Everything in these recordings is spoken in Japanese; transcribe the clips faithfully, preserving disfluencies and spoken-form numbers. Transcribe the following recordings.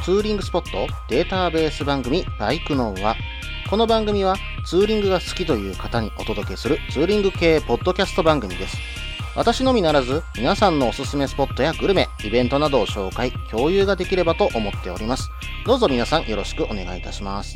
ツーリングスポットデータベース番組バイクノーは、この番組はツーリングが好きという方にお届けするツーリング系ポッドキャスト番組です。私のみならず皆さんのおすすめスポットやグルメ、イベントなどを紹介、共有ができればと思っております。どうぞ皆さんよろしくお願いいたします。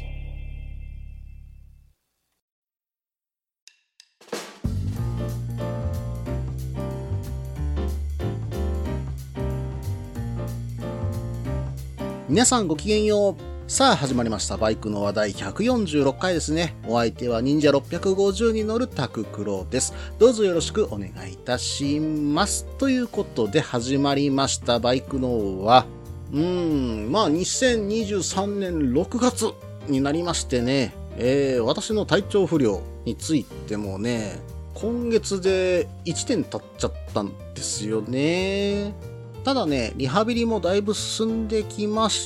皆さんごきげんよう。さあ始まりましたバイクの話題ひゃくよんじゅうろっかいですね。お相手は忍者ろっぴゃくごじゅうに乗るタククロです。どうぞよろしくお願いいたします。ということで始まりましたバイクのはうーんまあにせんにじゅうさんねんろくがつになりましてね、えー、私の体調不良についてもね、今月でいちねん経っちゃったんですよね。ただね、リハビリもだいぶ進んできまして、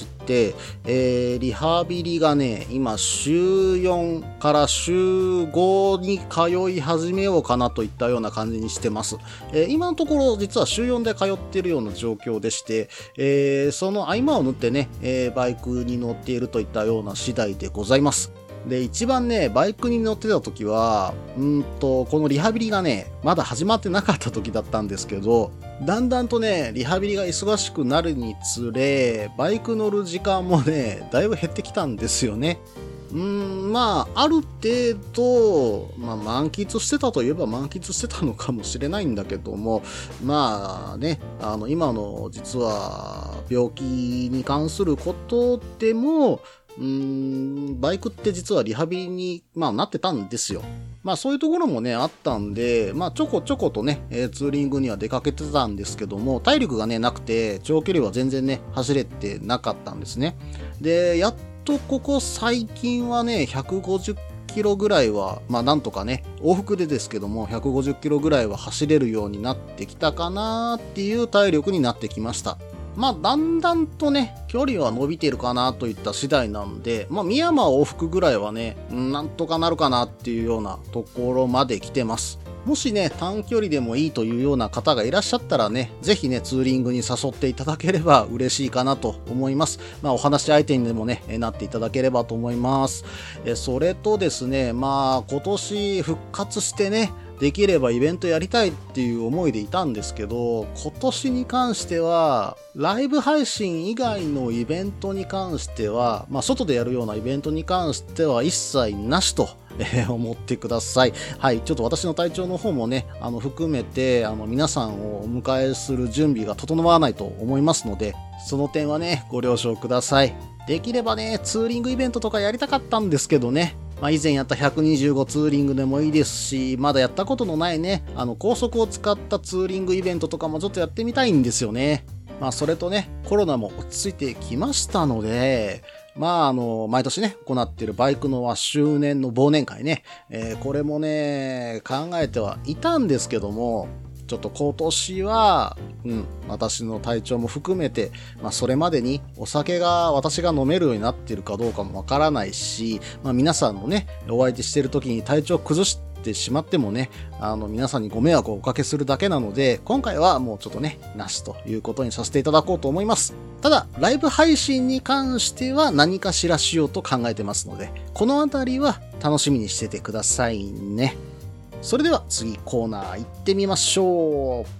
えー、リハビリがね、今しゅうよんからしゅうごに通い始めようかなといったような感じにしてます。えー、今のところ実はしゅうよんで通っているような状況でして、えー、その合間を縫ってね、えー、バイクに乗っているといったような次第でございます。で、一番ね、バイクに乗ってた時は、うんと、このリハビリがね、まだ始まってなかった時だったんですけど、だんだんとね、リハビリが忙しくなるにつれ、バイク乗る時間もね、だいぶ減ってきたんですよね。うーん、まあ、ある程度、まあ、満喫してたといえば満喫してたのかもしれないんだけども、まあね、あの、今の実は病気に関することでも、うーん、バイクって実はリハビリに、まあ、なってたんですよ。まあそういうところもね、あったんで、まあちょこちょことね、えー、ツーリングには出かけてたんですけども、体力がね、なくて、長距離は全然ね、走れてなかったんですね。で、やっとここ最近はね、ひゃくごじゅっキロぐらいは、まあなんとかね、往復でですけども、ひゃくごじゅっキロぐらいは走れるようになってきたかなっていう体力になってきました。まあ、だんだんとね、距離は伸びてるかなといった次第なんで、まあ、深山往復ぐらいはね、なんとかなるかなっていうようなところまで来てます。もしね、短距離でもいいというような方がいらっしゃったらね、ぜひね、ツーリングに誘っていただければ嬉しいかなと思います。まあ、お話し相手にでもね、なっていただければと思います。え、それとですね、まあ、今年復活してね、できればイベントやりたいっていう思いでいたんですけど、今年に関しては、ライブ配信以外のイベントに関しては、まあ、外でやるようなイベントに関しては一切なしと、えー、思ってください。はい、ちょっと私の体調の方もね、あの、含めて、あの、皆さんをお迎えする準備が整わないと思いますので、その点はね、ご了承ください。できればね、ツーリングイベントとかやりたかったんですけどね、まあ、以前やったひゃくにじゅうごツーリングでもいいですし、まだやったことのないね、あの高速を使ったツーリングイベントとかもちょっとやってみたいんですよね。まあそれとね、コロナも落ち着いてきましたので、まああの、毎年ね、行っているバイクのは周年の忘年会ね、えー、これもね、考えてはいたんですけども、ちょっと今年は、うん、私の体調も含めて、まあそれまでにお酒が私が飲めるようになっているかどうかもわからないし、まあ皆さんのね、お相手している時に体調を崩してしまってもね、あの皆さんにご迷惑をおかけするだけなので、今回はもうちょっとね、なしということにさせていただこうと思います。ただ、ライブ配信に関しては何かしらしようと考えてますので、このあたりは楽しみにしててくださいね。それでは次コーナー行ってみましょう。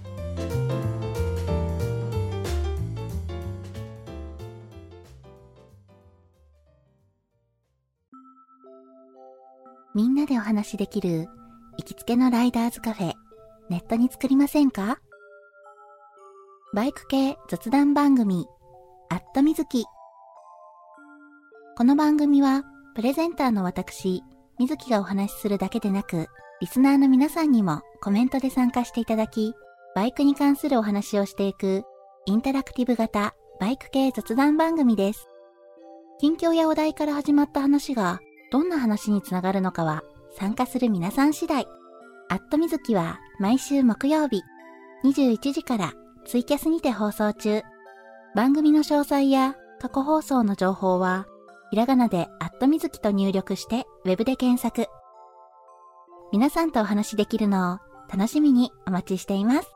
みんなでお話しできる行きつけのライダーズカフェ、ネットに作りませんか？バイク系雑談番組、アットみずき。この番組はプレゼンターの私、みずきがお話しするだけでなく、リスナーの皆さんにもコメントで参加していただき、バイクに関するお話をしていくインタラクティブ型バイク系雑談番組です。近況やお題から始まった話がどんな話につながるのかは参加する皆さん次第。アットみずきは毎週木曜日にじゅういちじからツイキャスにて放送中。番組の詳細や過去放送の情報はひらがなでアットみずきと入力してウェブで検索。皆さんとお話しできるのを楽しみにお待ちしています。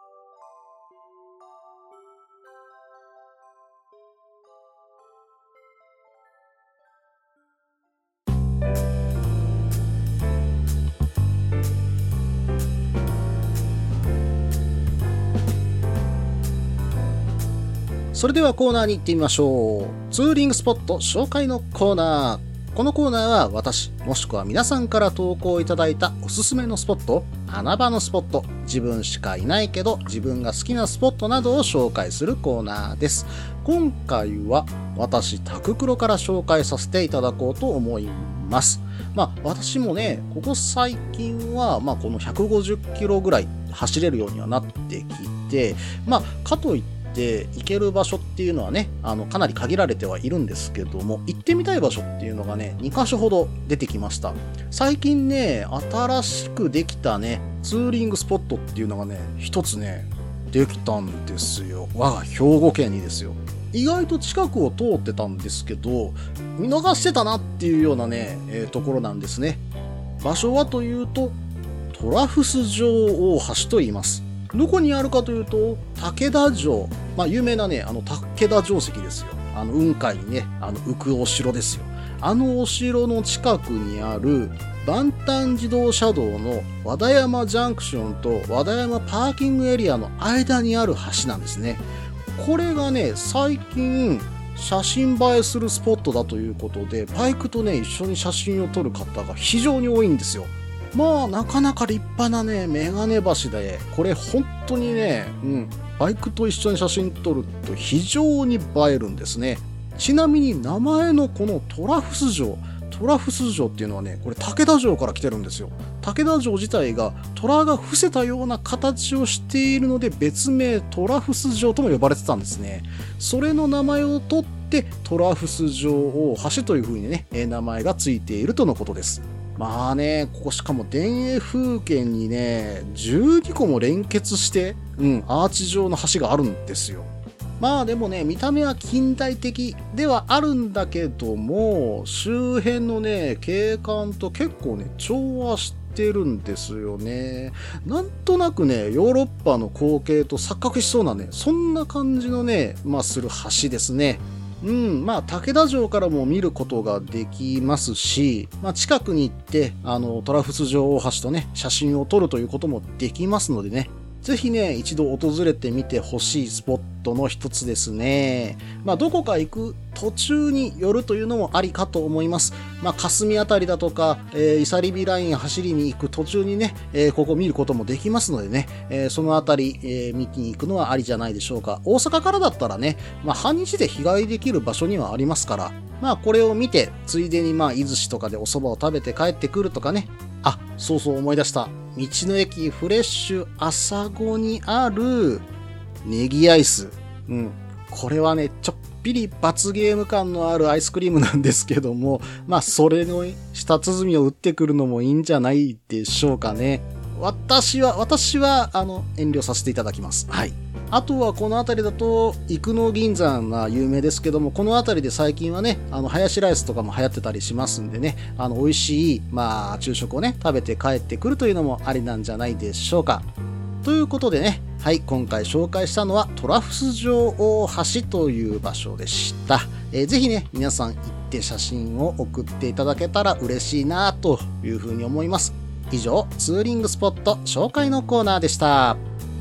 それではコーナーに行ってみましょう。ツーリングスポット紹介のコーナー。このコーナーは私、もしくは皆さんから投稿いただいたおすすめのスポット、穴場のスポット、自分しかいないけど自分が好きなスポットなどを紹介するコーナーです。今回は私、タククロから紹介させていただこうと思います。まあ私もね、ここ最近は、まあこのひゃくごじゅっキロぐらい走れるようにはなってきて、まあかといってで行ける場所っていうのはね、あのかなり限られてはいるんですけども、行ってみたい場所っていうのがねにかしょほど出てきました。最近ね、新しくできたねツーリングスポットっていうのがね一つねできたんですよ。我が兵庫県にですよ。意外と近くを通ってたんですけど、見逃してたなっていうようなね、えー、ところなんですね。場所はというとトラフス城大橋と言います。どこにあるかというと竹田城、まあ有名なねあの竹田城跡ですよ。あの雲海にねあの浮くお城ですよ。あのお城の近くにある万丹自動車道の和田山ジャンクションと和田山パーキングエリアの間にある橋なんですね。これがね最近写真映えするスポットだということで、バイクとね一緒に写真を撮る方が非常に多いんですよ。まあなかなか立派なねメガネ橋で、これ本当にね、うん、バイクと一緒に写真撮ると非常に映えるんですね。ちなみに名前のこのトラフス城、トラフス城っていうのはね、これ竹田城から来てるんですよ。竹田城自体が虎が伏せたような形をしているので、別名トラフス城とも呼ばれてたんですね。それの名前を取ってトラフス城大橋という風にね名前がついているとのことです。まあね、ここしかも田園風景にねじゅうにこも連結して、うん、アーチ状の橋があるんですよ。まあでもね、見た目は近代的ではあるんだけども、周辺のね景観と結構ね調和してるんですよね。なんとなくねヨーロッパの光景と錯覚しそうなね、そんな感じのねまあする橋ですね。うん、まあ竹田城からも見ることができますし、まあ、近くに行ってあのトラフス城大橋とね写真を撮るということもできますのでね、ぜひね一度訪れてみてほしいスポットの一つですね。まあどこか行く途中に寄るというのもありかと思います。まあ霞あたりだとか、えー、イサリビライン走りに行く途中にね、えー、ここ見ることもできますのでね、えー、そのあたり、えー、見に行くのはありじゃないでしょうか。大阪からだったらね、まあ半日で日帰りできる場所にはありますから、まあこれを見てついでにまあ伊豆市とかでお蕎麦を食べて帰ってくるとかね。あ、そうそう思い出した。道の駅フレッシュ朝子にあるネギアイス。うん。これはね、ちょっぴり罰ゲーム感のあるアイスクリームなんですけども、まあ、それの舌鼓を打ってくるのもいいんじゃないでしょうかね。私は、私は、あの、遠慮させていただきます。はい。あとはこの辺りだと生野銀山が有名ですけども、この辺りで最近はねあのハヤシライスとかも流行ってたりしますんでね、あの美味しいまあ昼食をね食べて帰ってくるというのもありなんじゃないでしょうか。ということでね、はい、今回紹介したのはトラフス城大橋という場所でした。えー、ぜひね皆さん行って写真を送っていただけたら嬉しいなというふうに思います。以上、ツーリングスポット紹介のコーナーでした。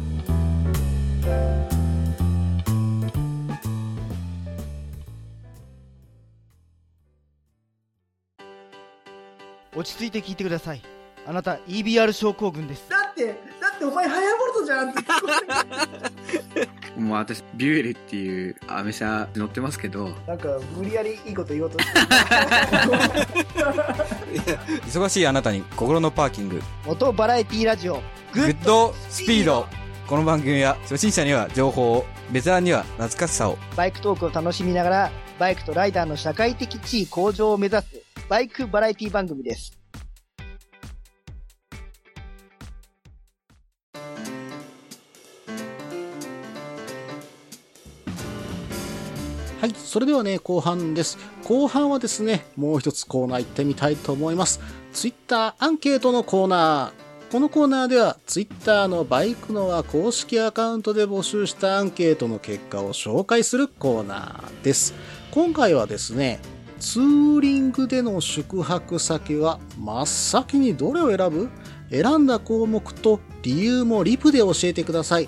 落ち着いて聞いてください。あなた イービーアール 症候群です。 だってだってお前ハヤボルトじゃんってもう私ビュエルっていうアメ車乗ってますけど、 なんか無理やりいいこと言おうとして忙しいあなたに心のパーキング、 元バラエティラジオグッドスピード。この番組は初心者には情報を、ベテランには懐かしさを、 バイクトークを楽しみながらバイクとライダーの社会的地位向上を目指すバイクバラエティ番組です。 はい、それではね後半です。後半はですねもう一つコーナー行ってみたいと思います。ツイッターアンケートのコーナー。このコーナーではツイッターのバイクの輪公式アカウントで募集したアンケートの結果を紹介するコーナーです。今回はですね、ツーリングでの宿泊先は真っ先にどれを選ぶ？選んだ項目と理由もリプで教えてください。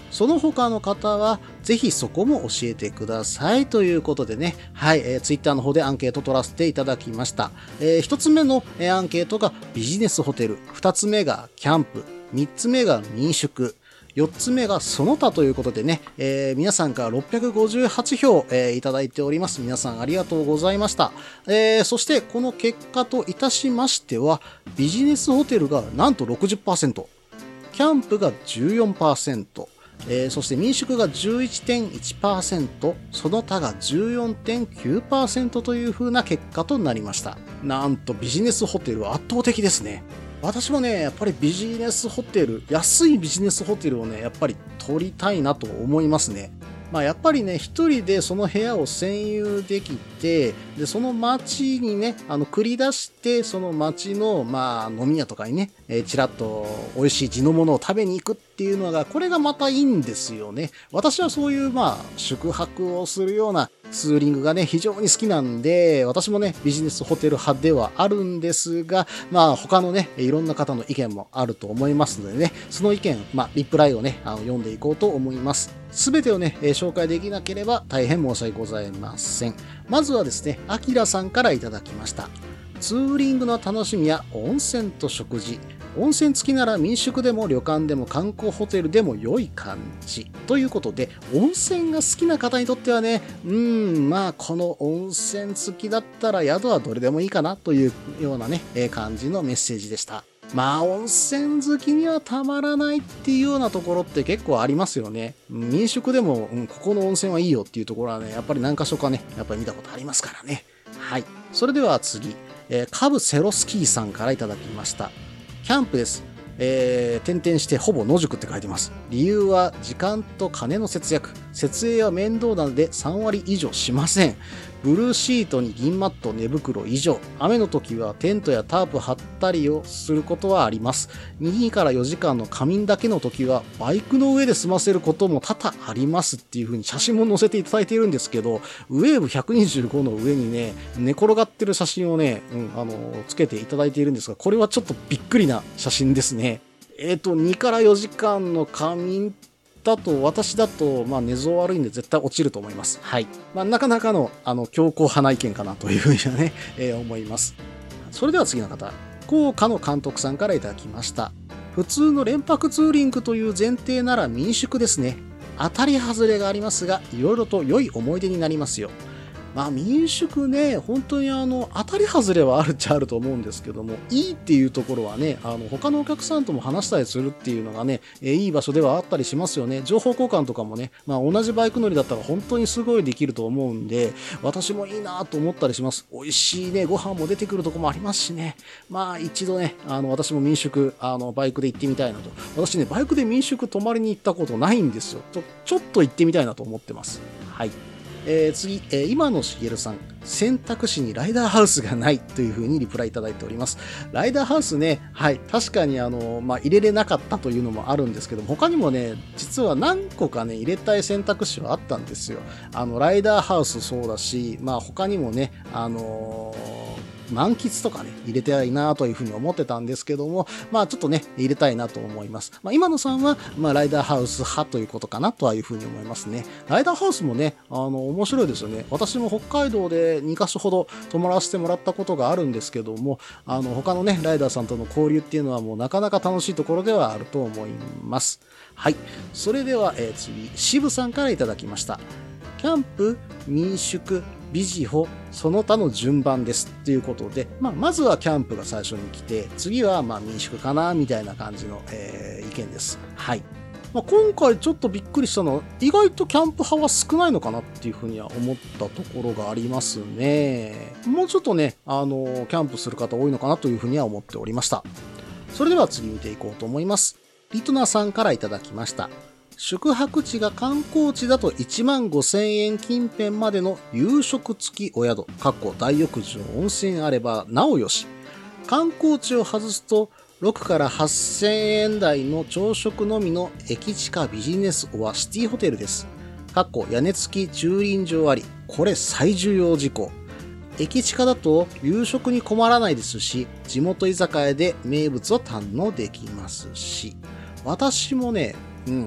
その他の方は、ぜひそこも教えてくださいということでね、はい、えー、ツイッターの方でアンケート取らせていただきました。えー、一つ目の、えー、アンケートがビジネスホテル、二つ目がキャンプ、三つ目が民宿、よっつめがその他ということでね、えー、皆さんからろっぴゃくごじゅうはちひょう、えー、いただいております。皆さんありがとうございました。えー、そしてこの結果といたしましては、ビジネスホテルがなんと ろくじゅっパーセント、キャンプが じゅうよんパーセント、えー、そして民宿が じゅういってんいちパーセント、その他が じゅうよんてんきゅうパーセント という風な結果となりました。なんとビジネスホテルは圧倒的ですね。私もね、やっぱりビジネスホテル、安いビジネスホテルをね、やっぱり取りたいなと思いますね。まあやっぱりね、一人でその部屋を占有できて、で、その街にね、あの、繰り出して、その街の、まあ、飲み屋とかにね、えー、ちらっと美味しい地のものを食べに行くっていうのが、これがまたいいんですよね。私はそういう、まあ、宿泊をするようなツーリングがね、非常に好きなんで、私もね、ビジネスホテル派ではあるんですが、まあ、他のね、いろんな方の意見もあると思いますのでね、その意見、まあ、リプライをね、あの読んでいこうと思います。すべてをね、えー、紹介できなければ大変申し訳ございません。まずはですね、アキラさんからいただきました。ツーリングの楽しみや温泉と食事。温泉付きなら民宿でも旅館でも観光ホテルでも良い感じ。ということで、温泉が好きな方にとってはね、うーん、まあこの温泉付きだったら宿はどれでもいいかなというようなね、えー、感じのメッセージでした。まあ温泉好きにはたまらないっていうようなところって結構ありますよね。民宿でも、うん、ここの温泉はいいよっていうところはね、やっぱり何か所かね、やっぱり見たことありますからね。はい。それでは次、えー、カブセロスキーさんからいただきました。キャンプです。えー、点々してほぼ野宿って書いてます。理由は時間と金の節約。設営は面倒なのでさんわり以上しません。ブルーシートに銀マット、寝袋以上。雨の時はテントやタープ張ったりをすることはあります。にからよじかんの仮眠だけの時はバイクの上で済ませることも多々ありますっていう風に写真も載せていただいているんですけど、ウェーブひゃくにじゅうごの上にね、寝転がってる写真をね、うん、あの、つけていただいているんですが、これはちょっとびっくりな写真ですね。えっと、にからよじかんの仮眠だと、私だと、まあ、寝相悪いんで絶対落ちると思います。はい。まあ、なかなかの、あの、強硬派な意見かなというふうにはね、えー、思います。それでは次の方、高価の監督さんからいただきました。普通の連泊ツーリングという前提なら民宿ですね。当たり外れがありますが、いろいろと良い思い出になりますよ。まあ民宿ね、本当にあの、当たり外れはあるっちゃあると思うんですけども、いいっていうところはね、あの、他のお客さんとも話したりするっていうのがね、えいい場所ではあったりしますよね。情報交換とかもね、まあ同じバイク乗りだったら本当にすごいできると思うんで、私もいいなと思ったりします。美味しいね、ご飯も出てくるとこもありますしね。まあ一度ね、あの、私も民宿、あの、バイクで行ってみたいなと。私ね、バイクで民宿泊まりに行ったことないんですよ。ちょ、ちょっと行ってみたいなと思ってます。はい。えー、次、えー、今野茂さん、選択肢にライダーハウスがないというふうにリプライいただいております。ライダーハウスね、はい、確かにあの、まあ、入れれなかったというのもあるんですけども、他にもね、実は何個かね、入れたい選択肢はあったんですよ。あの、ライダーハウスそうだし、まあ、他にもね、あのー、満喫とかね、入れたいなというふうに思ってたんですけども、まあちょっとね、入れたいなと思います。まあ今野さんは、まあライダーハウス派ということかなとはいうふうに思いますね。ライダーハウスもね、あの、面白いですよね。私も北海道でにかしょほど泊まらせてもらったことがあるんですけども、あの、他のね、ライダーさんとの交流っていうのはもうなかなか楽しいところではあると思います。はい。それでは、えー、次、渋さんからいただきました。キャンプ、民宿、ビジホ、その他の順番です。ということで、まあ、まずはキャンプが最初に来て、次はまあ民宿かな、みたいな感じの、えー、意見です。はい。まあ、今回ちょっとびっくりしたのは、意外とキャンプ派は少ないのかなっていうふうには思ったところがありますね。もうちょっとね、あの、キャンプする方多いのかなというふうには思っておりました。それでは次見ていこうと思います。リトナさんからいただきました。宿泊地が観光地だといちまんごせんえん近辺までの夕食付きお宿、かっこ大浴場温泉あればなおよし。観光地を外すとろくからはっせんえん台の朝食のみの駅地下ビジネスオアシティホテルです。かっこ屋根付き駐輪場あり。これ最重要事項。駅地下だと夕食に困らないですし、地元居酒屋で名物を堪能できますし。私もね、うん。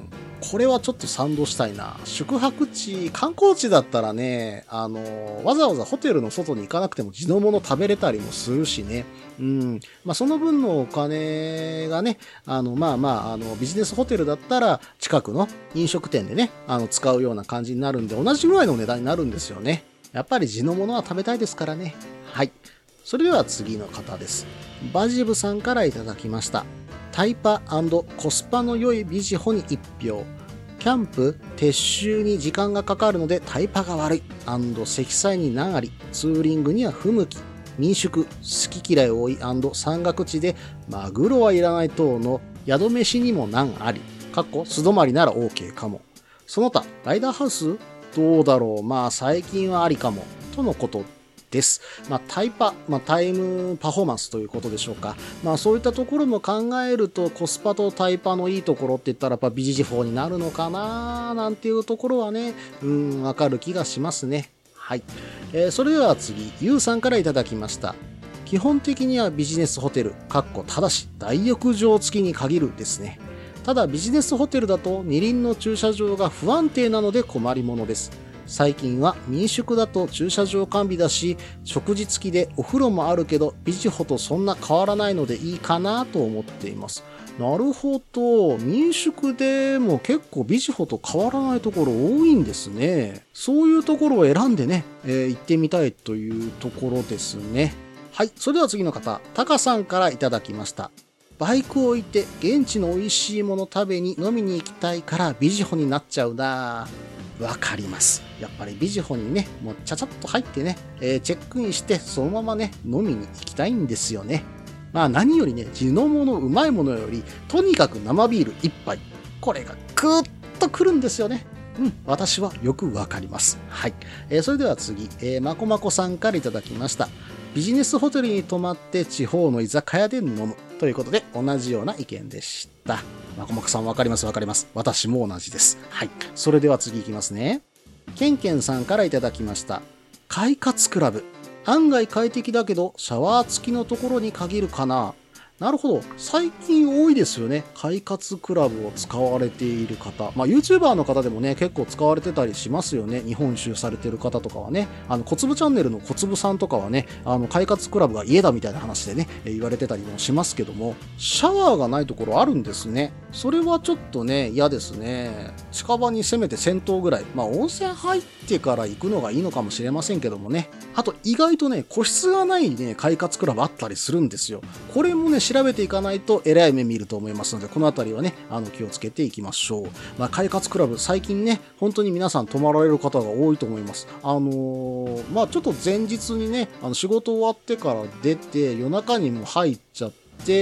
これはちょっと賛同したいな。宿泊地、観光地だったらね、あの、わざわざホテルの外に行かなくても地のもの食べれたりもするしね。うん。まあ、その分のお金がね、あの、まあまあ、あの、ビジネスホテルだったら近くの飲食店でね、あの、使うような感じになるんで、同じぐらいの値段になるんですよね。やっぱり地のものは食べたいですからね。はい。それでは次の方です。バジブさんからいただきました。タイパ&コスパの良いビジホにいち票。キャンプ、撤収に時間がかかるのでタイパが悪い&積載に難あり。ツーリングには不向き。民宿、好き嫌い多い&山岳地でマグロはいらない等の宿飯にも難あり。かっこ素泊まりなら OK かも。その他、ライダーハウスどうだろう。まあ最近はありかも。とのことです。まあ、タイパ、まあ、タイムパフォーマンスということでしょうか。まあ、そういったところも考えると、コスパとタイパのいいところって言ったら、やっぱビジジフォーになるのかななんていうところはね、うん、わかる気がしますね。はい。えー、それでは次、ユウさんからいただきました。基本的にはビジネスホテル、かっこただし、大浴場付きに限るですね。ただ、ビジネスホテルだと二輪の駐車場が不安定なので困りものです。最近は民宿だと駐車場完備だし、食事付きでお風呂もあるけど、ビジホとそんな変わらないのでいいかなと思っています。なるほど。民宿でも結構ビジホと変わらないところ多いんですね。そういうところを選んでね、えー、行ってみたいというところですね。はい。それでは次の方、タカさんからいただきました。バイクを置いて現地の美味しいもの食べに飲みに行きたいからビジホになっちゃうな。わかります。やっぱりビジホにね、もうちゃちゃっと入ってね、えー、チェックインしてそのままね、飲みに行きたいんですよね。まあ何よりね、地のものうまいものより、とにかく生ビール一杯。これがぐーっとくるんですよね。うん、私はよくわかります。はい。えー、それでは次、えー、まこまこさんからいただきました。ビジネスホテルに泊まって地方の居酒屋で飲む。ということで、同じような意見でした。まこまこさんわかりますわかります。私も同じです。はい。それでは次いきますね。ケンケンさんからいただきました。快活クラブ。案外快適だけど、シャワー付きのところに限るかな。なるほど。最近多いですよね。快活クラブを使われている方。まあ、YouTuber の方でもね、結構使われてたりしますよね。日本一周されてる方とかはね。あの、小粒チャンネルの小粒さんとかはね、あの、快活クラブが家だみたいな話でね、言われてたりもしますけども、シャワーがないところあるんですね。それはちょっとね、嫌ですね。近場にせめて銭湯ぐらい。まあ、温泉入ってから行くのがいいのかもしれませんけどもね。あと、意外とね、個室がないね、快活クラブあったりするんですよ。これもね、調べていかないとえらい目見ると思いますので、このあたりはね、あの気をつけていきましょう。まあ、快活クラブ、最近ね、本当に皆さん泊まられる方が多いと思います。あのー、まあちょっと前日にね、あの仕事終わってから出て、夜中にも入っちゃって、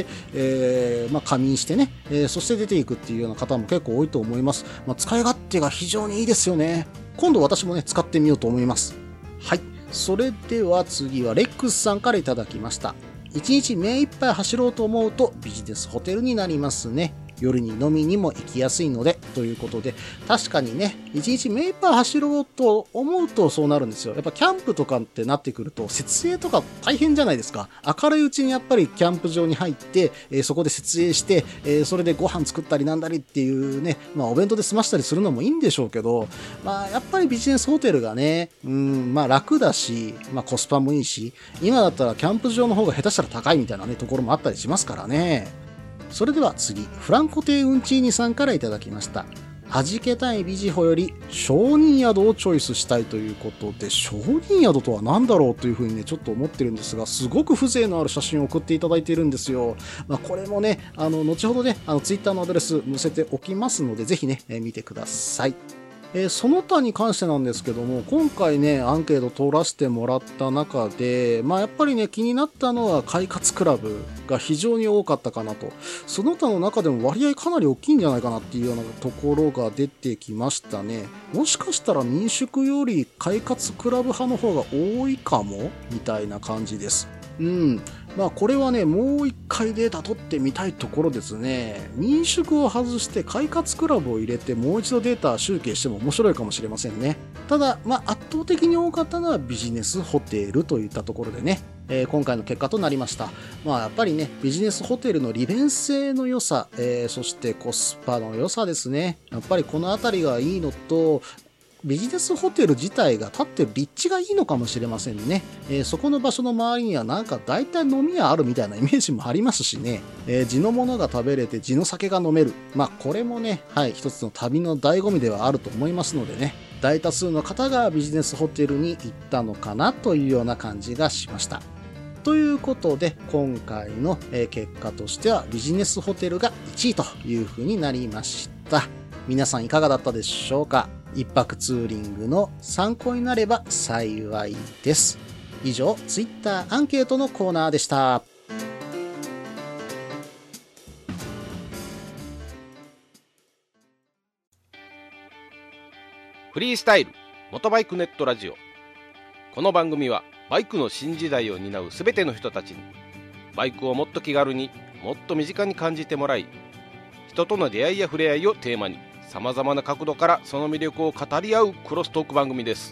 えー、まあ仮眠してね、えー、そして出ていくっていうような方も結構多いと思います。まあ、使い勝手が非常にいいですよね。今度私もね、使ってみようと思います。はい。それでは次はレックスさんからいただきました。一日目いっぱい走ろうと思うとビジネスホテルになりますね。夜に飲みにも行きやすいので、ということで、確かにね、一日目いっぱい走ろうと思うとそうなるんですよ。やっぱキャンプとかってなってくると、設営とか大変じゃないですか。明るいうちにやっぱりキャンプ場に入って、えー、そこで設営して、えー、それでご飯作ったりなんだりっていうね、まあお弁当で済ましたりするのもいいんでしょうけど、まあやっぱりビジネスホテルがね、うん、まあ楽だし、まあコスパもいいし、今だったらキャンプ場の方が下手したら高いみたいなね、ところもあったりしますからね。それでは次、フランコテウンチーニさんからいただきました。味気たいビジホより商人宿をチョイスしたいということで、商人宿とは何だろうというふうにね、ちょっと思ってるんですが、すごく風情のある写真を送っていただいているんですよ。まあ、これもね、あの、後ほどね、あの、ツイッターのアドレス載せておきますので、ぜひね、えー、見てください。えー、その他に関してなんですけども、今回ね、アンケート取らせてもらった中で、まあやっぱりね、気になったのは快活クラブが非常に多かったかなと。その他の中でも割合かなり大きいんじゃないかなっていうようなところが出てきましたね。もしかしたら民宿より快活クラブ派の方が多いかもみたいな感じです。うん。まあこれはね、もう一回データ取ってみたいところですね。民宿を外して快活クラブを入れてもう一度データ集計しても面白いかもしれませんね。ただ、まあ圧倒的に多かったのはビジネスホテルといったところでね。 えー、今回の結果となりました。まあやっぱりね、ビジネスホテルの利便性の良さ、えー、そしてコスパの良さですね。やっぱりこのあたりがいいのと、ビジネスホテル自体が立ってる立地がいいのかもしれませんね。えー、そこの場所の周りにはなんか大体飲み屋あるみたいなイメージもありますしね。えー、地のものが食べれて地の酒が飲める。まあこれもね、はい、一つの旅の醍醐味ではあると思いますのでね。大多数の方がビジネスホテルに行ったのかなというような感じがしました。ということで、今回の結果としてはビジネスホテルがいちいというふうになりました。皆さんいかがだったでしょうか。一泊ツーリングの参考になれば幸いです。以上、ツイッターアンケートのコーナーでした。 フリースタイル元バイクネットラジオ。この番組はバイクの新時代を担うすべての人たちにバイクをもっと気軽にもっと身近に感じてもらい、人との出会いや触れ合いをテーマにさまざまな角度からその魅力を語り合うクロストーク番組です。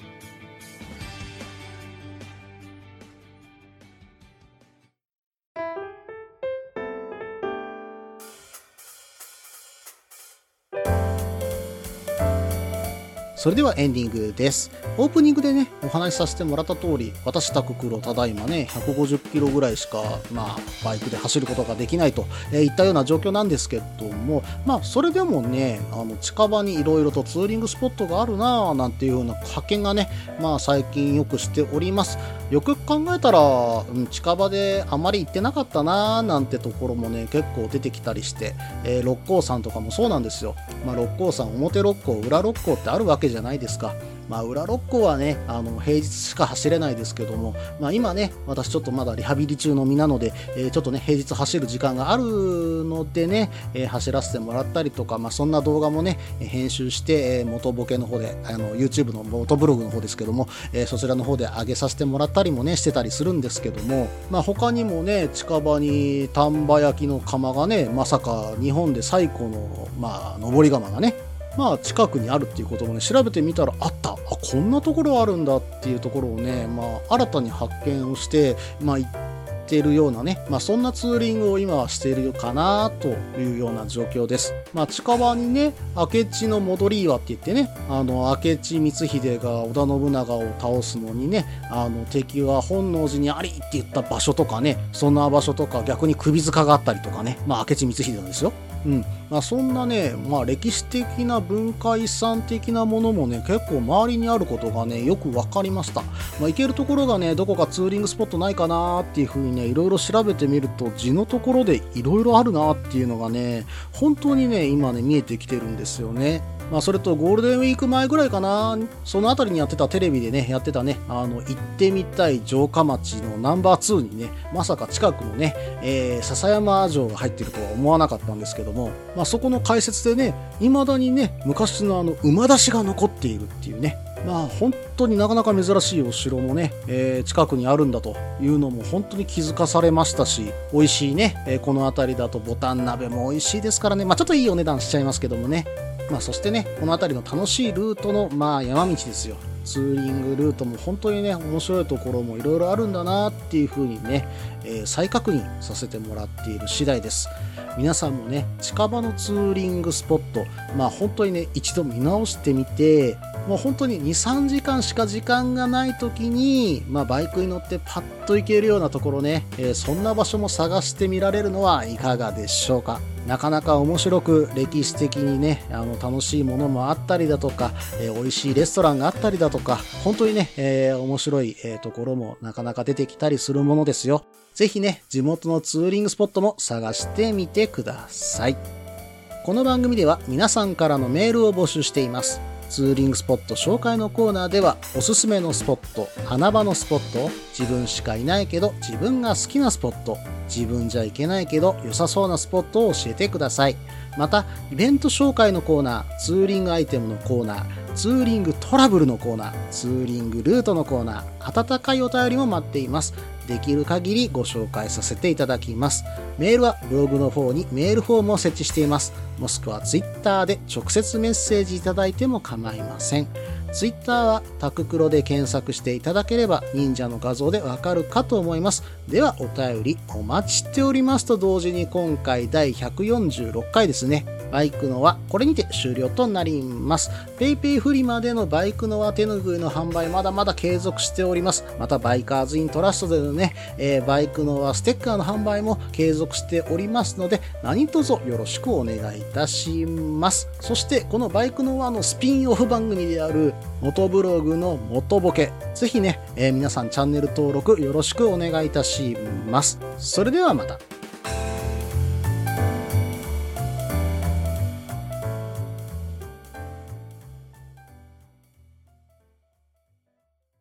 それではエンディングです。オープニングでね、お話しさせてもらった通り、私タククロただいまね、ひゃくごじゅっキロぐらいしか、まあ、バイクで走ることができないと、えー、いったような状況なんですけども、まあ、それでもね、あの、近場にいろいろとツーリングスポットがあるなぁ、なんていうような発見がね、まあ、最近よくしております。よく考えたら、うん、近場であまり行ってなかったなぁ、なんてところもね、結構出てきたりして、えー、六甲山とかもそうなんですよ。まあ、六甲山、表六甲、裏六甲ってあるわけじゃないですか。まあ、裏六甲はね、あの、平日しか走れないですけども、まあ、今ね、私ちょっとまだリハビリ中の身なので、えー、ちょっとね、平日走る時間があるのでね、えー、走らせてもらったりとか、まあ、そんな動画もね、編集して、えー、元ボケの方で、あの、YouTube の元ブログの方ですけども、えー、そちらの方で上げさせてもらったりもね、してたりするんですけども、まあ、他にもね、近場に丹波焼きの窯がね、まさか日本で最古の、まあ、登り窯がね、まあ近くにあるっていうこともね、調べてみたらあった。あ、こんなところあるんだっていうところをね、まあ新たに発見をして、まあ行っているようなね、まあそんなツーリングを今はしているかなというような状況です。まあ近場にね、明智の戻り岩って言ってね、あの明智光秀が織田信長を倒すのにね、あの敵は本能寺にありって言った場所とかね、そんな場所とか逆に首塚があったりとかね、まあ明智光秀なんですよ。うん、まあ、そんなね、まあ、歴史的な文化遺産的なものもね、結構周りにあることがね、よく分かりました。まあ、行けるところがね、どこかツーリングスポットないかなーっていう風にね、いろいろ調べてみると、地のところでいろいろあるなっていうのがね、本当にね、今ね、見えてきてるんですよね。まあ、それとゴールデンウィーク前ぐらいかな、そのあたりにやってたテレビでね、やってたね、あの、行ってみたい城下町のナンバーツーにね、まさか近くのね、えー、笹山城が入ってるとは思わなかったんですけども、まあ、そこの解説でね、未だにね、昔のあの、馬出しが残っているっていうね、まあ本当になかなか珍しいお城もね、えー、近くにあるんだというのも本当に気づかされましたし、美味しいね、えー、この辺りだとボタン鍋も美味しいですからね、まあちょっといいお値段しちゃいますけどもね、まあそしてね、この辺りの楽しいルートのまあ山道ですよ。ツーリングルートも本当にね、面白いところもいろいろあるんだなっていう風にね、えー、再確認させてもらっている次第です。皆さんもね、近場のツーリングスポット、まあ本当にね、一度見直してみて、もう本当にに、さんじかんしか時間がない時に、まあバイクに乗ってパッと行けるようなところね、えー、そんな場所も探してみられるのはいかがでしょうか。なかなか面白く歴史的にね、あの楽しいものもあったりだとか、えー、美味しいレストランがあったりだとか、本当にね、えー、面白い、えー、ところもなかなか出てきたりするものですよ。ぜひね、地元のツーリングスポットも探してみてください。この番組では皆さんからのメールを募集しています。ツーリングスポット紹介のコーナーでは、おすすめのスポット、穴場のスポット、自分しかいないけど自分が好きなスポット、自分じゃいけないけど良さそうなスポットを教えてください。また、イベント紹介のコーナー、ツーリングアイテムのコーナー、ツーリングトラブルのコーナー、ツーリングルートのコーナー、温かいお便りも待っています。できる限りご紹介させていただきます。メールはブログの方にメールフォームを設置しています。もしくはツイッターで直接メッセージいただいても構いません。 Twitter はタククロで検索していただければ忍者の画像でわかるかと思います。ではお便りお待ちしておりますと同時に今回だいひゃくよんじゅうろっかいですね。バイクの輪これにて終了となります。ペイペイフリマでのバイクの輪手ぬぐいの販売まだまだ継続しております。またバイカーズイントラストでのね、えー、バイクの輪ステッカーの販売も継続しておりますので何卒よろしくお願いいたします。そしてこのバイクの輪のスピンオフ番組である元ブログの元ボケぜひね、えー、皆さんチャンネル登録よろしくお願いいたします。それではまた。